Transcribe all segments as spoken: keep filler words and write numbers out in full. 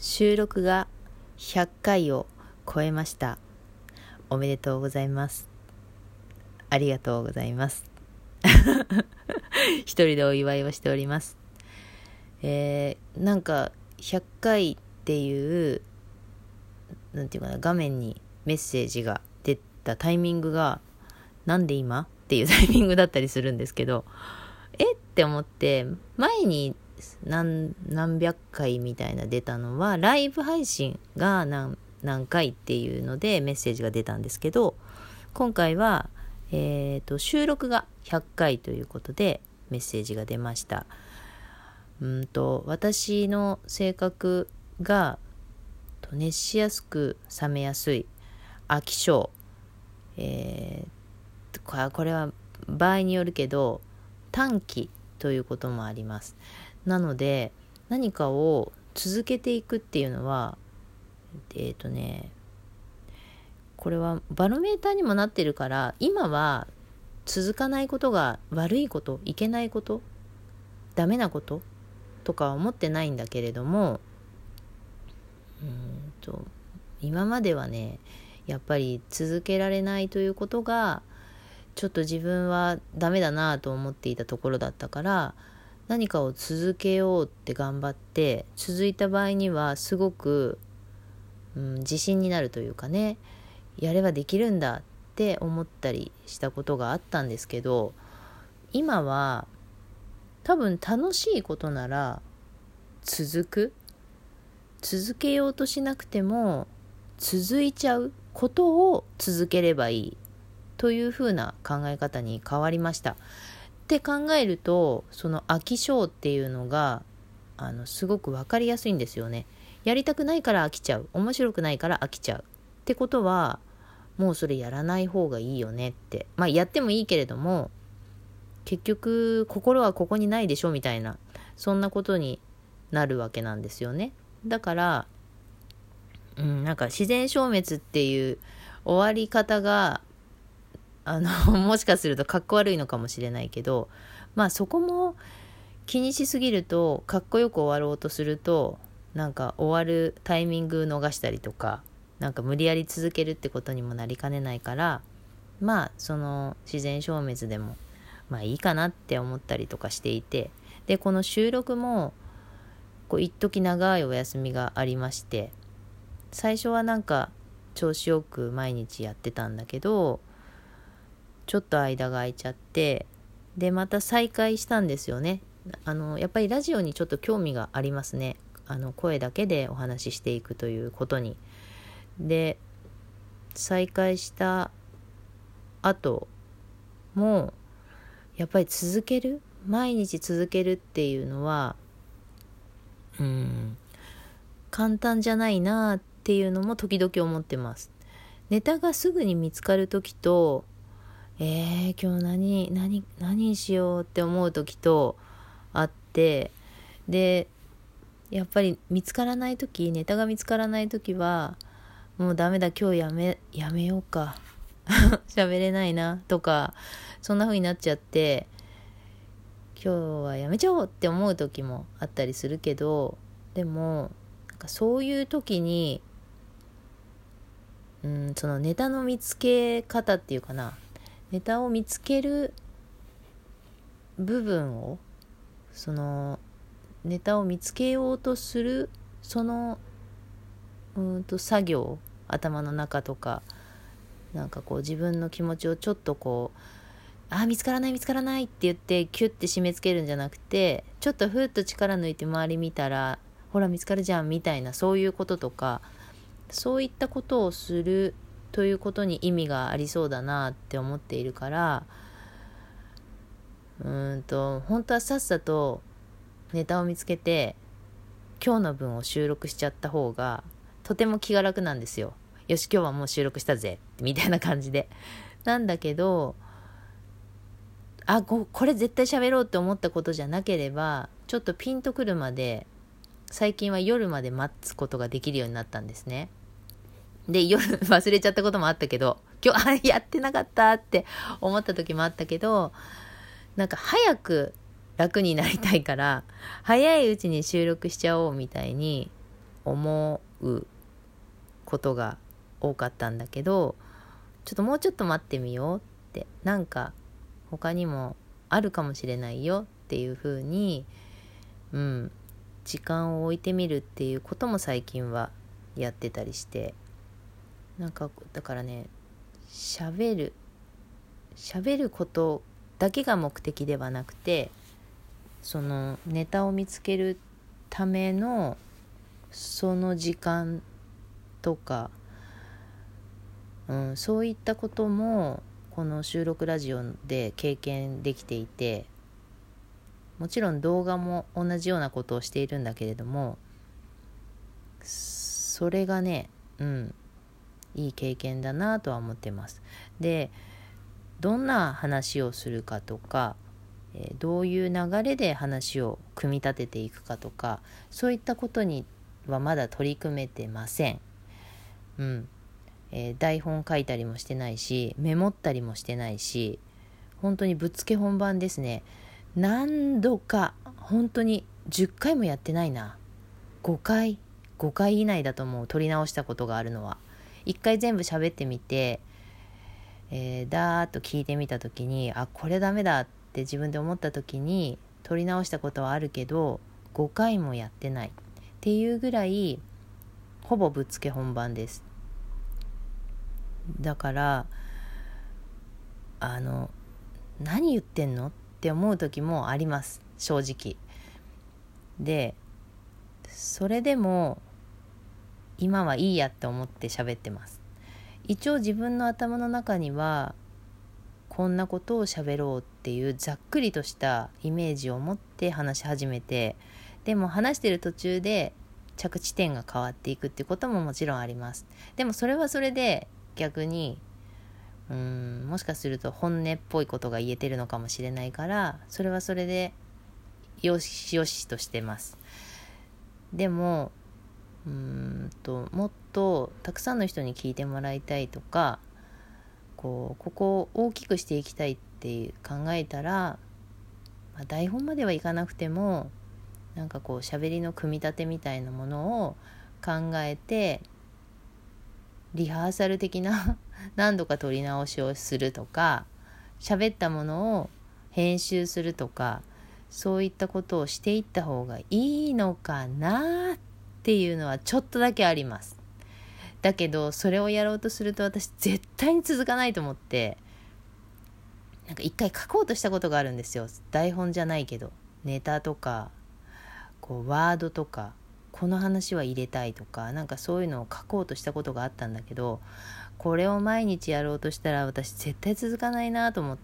収録がひゃっかいを超えました。おめでとうございます。ありがとうございます。一人でお祝いをしております。えー、なんかひゃっかいっていうなんていうかな、画面にメッセージが出たタイミングがなんで今っていうタイミングだったりするんですけど、えって思って、前に何何百回みたいな出たのはライブ配信が 何, 何回っていうのでメッセージが出たんですけど、今回は、えー、と収録がひゃっかいということでメッセージが出ました。うんと私の性格が熱しやすく冷めやすい飽き性、えー、これは場合によるけど短期ということもあります。なので何かを続けていくっていうのはえっとねこれはバロメーターにもなってるから、今は続かないことが悪いこと、いけないこと、ダメなこととかは思ってないんだけれども、うーんと今まではねやっぱり続けられないということがちょっと自分はダメだなと思っていたところだったから、何かを続けようって頑張って続いた場合にはすごく、うん、自信になるというかね、やればできるんだって思ったりしたことがあったんですけど、今は多分楽しいことなら続く続けようとしなくても続いちゃうことを続ければいいというふうな考え方に変わりました。って考えると、その飽き性っていうのがあのすごく分かりやすいんですよね。やりたくないから飽きちゃう、面白くないから飽きちゃうってことは、もうそれやらない方がいいよねって、まあやってもいいけれども結局心はここにないでしょみたいな、そんなことになるわけなんですよね。だから、うん、なんか自然消滅っていう終わり方があのもしかするとかっこ悪いのかもしれないけど、まあそこも気にしすぎると、かっこよく終わろうとするとなんか終わるタイミング逃したりとか、なんか無理やり続けるってことにもなりかねないから、まあその自然消滅でもまあいいかなって思ったりとかしていて、でこの収録もこう一時長いお休みがありまして、最初はなんか調子よく毎日やってたんだけど、ちょっと間が空いちゃって、でまた再開したんですよね。あのやっぱりラジオにちょっと興味がありますね。あの声だけでお話ししていくということに。で再開した後もやっぱり続ける、毎日続けるっていうのはうーん簡単じゃないなっていうのも時々思ってます。ネタがすぐに見つかる時と、えー、今日何何何しようって思う時とあって、でやっぱり見つからない時、ネタが見つからない時はもうダメだ、今日やめやめようか喋れないなとか、そんな風になっちゃって、今日はやめちゃおうって思う時もあったりするけど、でもなんかそういう時にうんそのネタの見つけ方っていうかな、ネタを見つける部分を、そのネタを見つけようとするそのうんと作業、頭の中とか、なんかこう自分の気持ちをちょっとこう、あ見つからない見つからないって言ってキュッて締め付けるんじゃなくて、ちょっとふっと力抜いて周り見たらほら見つかるじゃんみたいな、そういうこととか、そういったことをするということに意味がありそうだなって思っているから、うーんと本当はさっさとネタを見つけて今日の分を収録しちゃった方がとても気が楽なんですよ。よし今日はもう収録したぜみたいな感じで。なんだけど、あ こ, これ絶対喋ろうって思ったことじゃなければ、ちょっとピンとくるまで最近は夜まで待つことができるようになったんですね。で夜忘れちゃったこともあったけど、今日あやってなかったって思った時もあったけど、なんか早く楽になりたいから早いうちに収録しちゃおうみたいに思うことが多かったんだけど、ちょっともうちょっと待ってみようって、なんか他にもあるかもしれないよっていう風に、うん、時間を置いてみるっていうことも最近はやってたりして、なんかだからね、喋る喋ることだけが目的ではなくて、そのネタを見つけるためのその時間とか、うん、そういったこともこの収録ラジオで経験できていて、もちろん動画も同じようなことをしているんだけれども、それがね、うん、いい経験だなとは思ってます。で、どんな話をするかとか、えー、どういう流れで話を組み立てていくかとか、そういったことにはまだ取り組めてません。うん、えー、台本書いたりもしてないし、メモったりもしてないし、本当にぶっつけ本番ですね。何度か、本当にじゅっかいもやってないな。ごかい、ごかい以内だと思う、撮り直したことがあるのは。いっかい全部喋ってみて、えー、だーっと聞いてみたときに、あ、これダメだって自分で思ったときに撮り直したことはあるけど、ごかいもやってないっていうぐらい、ほぼぶっつけ本番です。だからあの何言ってんのって思う時もあります、正直。で、それでも今はいいやって思って喋ってます。一応自分の頭の中にはこんなことを喋ろうっていうざっくりとしたイメージを持って話し始めて、でも話してる途中で着地点が変わっていくっていうことももちろんあります。でもそれはそれで逆にうーんもしかすると本音っぽいことが言えてるのかもしれないから、それはそれでよしよしとしてます。でもうーんともっとたくさんの人に聞いてもらいたいとか、こうここを大きくしていきたいって考えたら、まあ、台本まではいかなくてもなんかこう喋りの組み立てみたいなものを考えて、リハーサル的な何度か撮り直しをするとか、喋ったものを編集するとか、そういったことをしていった方がいいのかなっていうのはちょっとだけあります。だけどそれをやろうとすると私絶対に続かないと思って、なんか一回書こうとしたことがあるんですよ。台本じゃないけどネタとかこうワードとか、この話は入れたいとか、なんかそういうのを書こうとしたことがあったんだけど、これを毎日やろうとしたら私絶対続かないなと思って、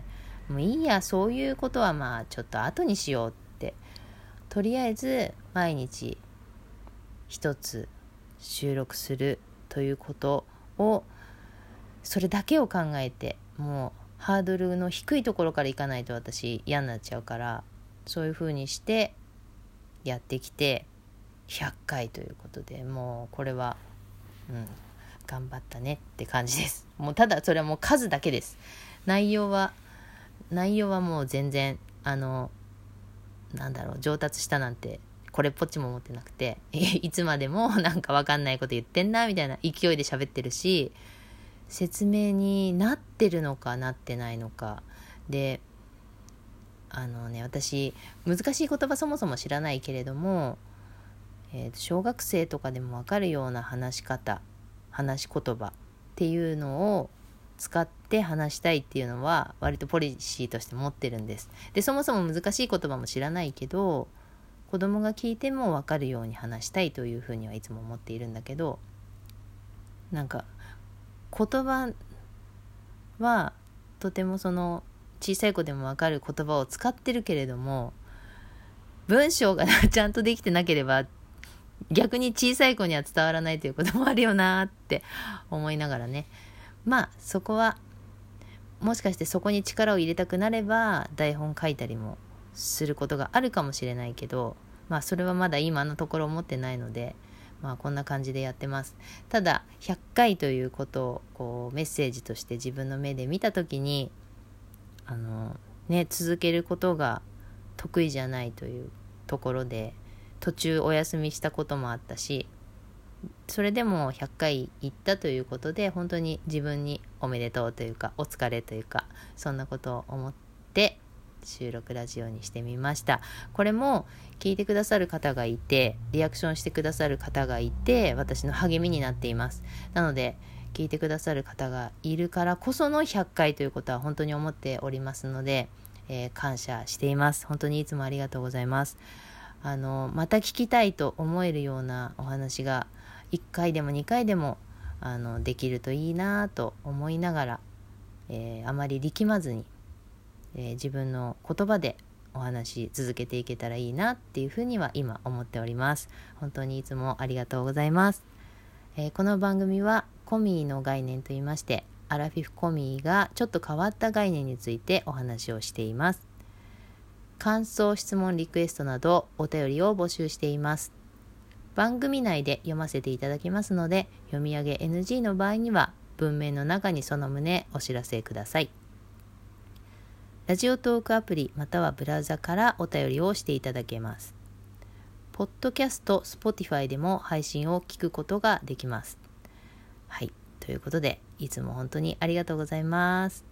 もういいや、そういうことはまあちょっと後にしようって、とりあえず毎日一つ収録するということを、それだけを考えて、もうハードルの低いところからいかないと私嫌になっちゃうから、そういう風にしてやってきてひゃっかいということで、もうこれは、うん、頑張ったねって感じです。もうただそれはもう数だけです。内容は内容はもう全然あのなんだろう上達したなんてこれっぽっちも思ってなくて、いつまでもなんか分かんないこと言ってんなみたいな勢いで喋ってるし、説明になってるのかなってないのかで、あのね、私難しい言葉そもそも知らないけれども、えー、小学生とかでも分かるような話し方、話し言葉っていうのを使って話したいっていうのは割とポリシーとして持ってるんです。で、そもそも難しい言葉も知らないけど、子供が聞いても分かるように話したいというふうにはいつも思っているんだけど、なんか言葉はとてもその小さい子でも分かる言葉を使ってるけれども、文章がちゃんとできてなければ逆に小さい子には伝わらないということもあるよなって思いながらね、まあそこはもしかしてそこに力を入れたくなれば台本書いたりもすることがあるかもしれないけど、まあそれはまだ今のところ思ってないので、まあこんな感じでやってます。ただひゃっかいということをこうメッセージとして自分の目で見たときに、あのね、続けることが得意じゃないというところで、 途中お休みしたこともあったし、それでもひゃっかい行ったということで本当に自分におめでとうというかお疲れというか、そんなことを思って収録ラジオにしてみました。これも聞いてくださる方がいて、リアクションしてくださる方がいて、私の励みになっています。なので聞いてくださる方がいるからこそのひゃっかいということは本当に思っておりますので、えー、感謝しています。本当にいつもありがとうございます。あのまた聞きたいと思えるようなお話がいっかいでもにかいでもあのできるといいなと思いながら、えー、あまり力まずに、えー、自分の言葉でお話し続けていけたらいいなっていうふうには今思っております。本当にいつもありがとうございます。えー、この番組はコミーの概念といいまして、アラフィフコミーがちょっと変わった概念についてお話をしています。感想、質問、リクエストなどお便りを募集しています。番組内で読ませていただきますので、読み上げ エヌジー の場合には文面の中にその旨お知らせください。ラジオトークアプリまたはブラウザからお便りをしていただけます。ポッドキャスト、Spotify でも配信を聞くことができます。はい、ということでいつも本当にありがとうございます。